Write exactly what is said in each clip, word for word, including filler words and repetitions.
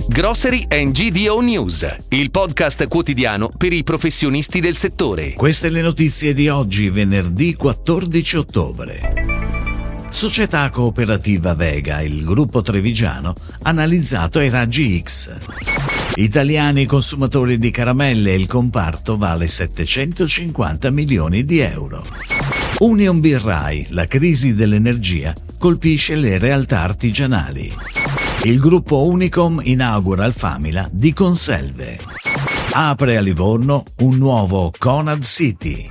Grocery and G D O News, il podcast quotidiano per i professionisti del settore. Queste le notizie di oggi, venerdì quattordici ottobre. Società cooperativa Vega, il gruppo trevigiano, analizzato ai raggi X. Italiani consumatori di caramelle, il comparto vale settecentocinquanta milioni di euro. Union Birrai, la crisi dell'energia colpisce le realtà artigianali. Il gruppo Unicom inaugura il Famila di Conselve. Apre a Livorno un nuovo Conad City.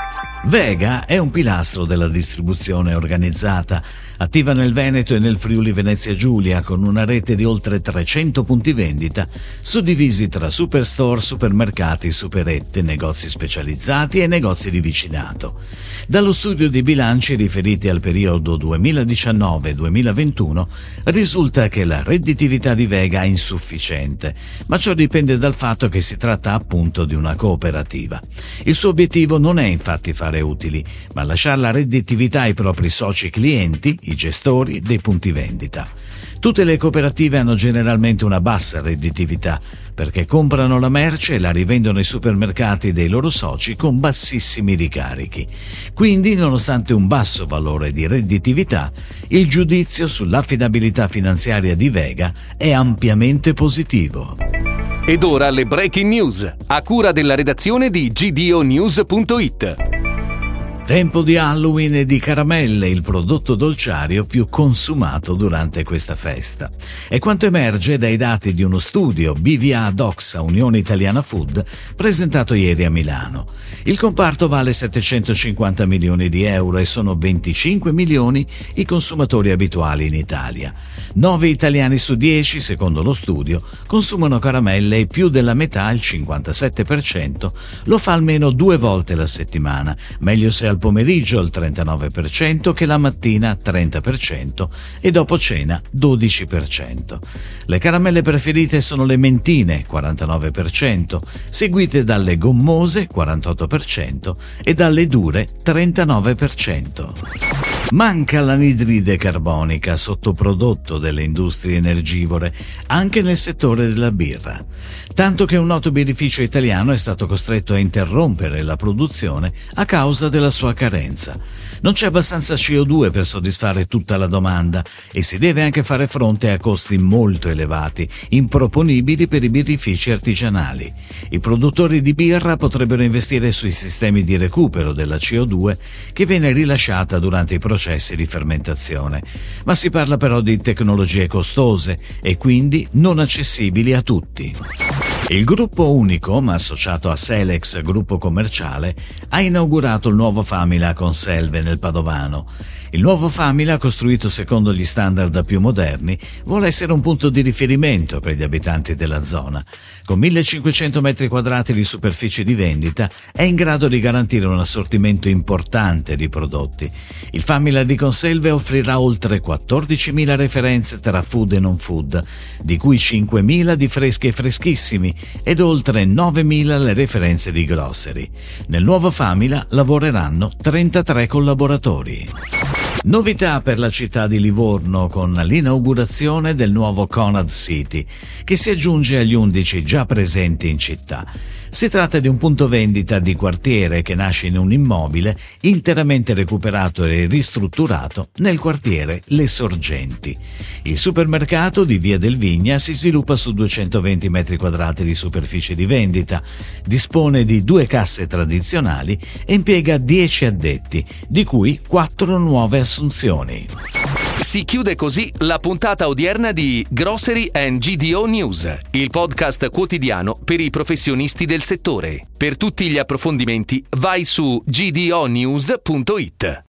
Vega è un pilastro della distribuzione organizzata, attiva nel Veneto e nel Friuli Venezia Giulia con una rete di oltre trecento punti vendita suddivisi tra superstore, supermercati, superette, negozi specializzati e negozi di vicinato. Dallo studio di bilanci riferiti al periodo duemiladiciannove duemilaventuno risulta che la redditività di Vega è insufficiente, ma ciò dipende dal fatto che si tratta appunto di una cooperativa. Il suo obiettivo non è infatti fare utili, ma lasciare la redditività ai propri soci clienti, i gestori dei punti vendita. Tutte le cooperative hanno generalmente una bassa redditività perché comprano la merce e la rivendono ai supermercati dei loro soci con bassissimi ricarichi. Quindi, nonostante un basso valore di redditività, il giudizio sull'affidabilità finanziaria di Vega è ampiamente positivo. Ed ora le breaking news, a cura della redazione di G D O news punto it. Tempo di Halloween e di caramelle, il prodotto dolciario più consumato durante questa festa. È quanto emerge dai dati di uno studio B V A Doxa Unione Italiana Food presentato ieri a Milano. Il comparto vale settecentocinquanta milioni di euro e sono venticinque milioni i consumatori abituali in Italia. nove italiani su dieci, secondo lo studio, consumano caramelle e più della metà, il cinquantasette per cento, lo fa almeno due volte la settimana, meglio se al pomeriggio il trentanove per cento che la mattina trenta per cento e dopo cena dodici per cento. Le caramelle preferite sono le mentine quarantanove per cento, seguite dalle gommose quarantotto per cento e dalle dure trentanove per cento. Manca l'anidride carbonica, sottoprodotto delle industrie energivore, anche nel settore della birra, tanto che un noto birrificio italiano è stato costretto a interrompere la produzione a causa della sua carenza. Non c'è abbastanza C O due per soddisfare tutta la domanda e si deve anche fare fronte a costi molto elevati, improponibili per i birrifici artigianali. I produttori di birra potrebbero investire sui sistemi di recupero della C O due che viene rilasciata durante i processi di fermentazione, ma si parla però di tecnologie costose e quindi non accessibili a tutti. Il gruppo Unicom, associato a Selex Gruppo Commerciale, ha inaugurato il nuovo Famila a Conselve nel Padovano. Il nuovo Famila, costruito secondo gli standard più moderni, vuole essere un punto di riferimento per gli abitanti della zona. Con millecinquecento metri quadrati di superficie di vendita è in grado di garantire un assortimento importante di prodotti. Il Famila di Conselve offrirà oltre quattordicimila referenze tra food e non food, di cui cinquemila di freschi e freschissimi ed oltre novemila le referenze di grocery. Nel nuovo Famila lavoreranno trentatré collaboratori. Novità per la città di Livorno con l'inaugurazione del nuovo Conad City, che si aggiunge agli undici già presenti in città. Si tratta di un punto vendita di quartiere che nasce in un immobile interamente recuperato e ristrutturato nel quartiere Le Sorgenti. Il supermercato di Via del Vigna si sviluppa su duecentoventi metri quadrati di superficie di vendita, dispone di due casse tradizionali e impiega dieci addetti, di cui quattro nuove assunzioni. Si chiude così la puntata odierna di Grocery and G D O News, il podcast quotidiano per i professionisti del settore. Per tutti gli approfondimenti vai su G D O news punto it.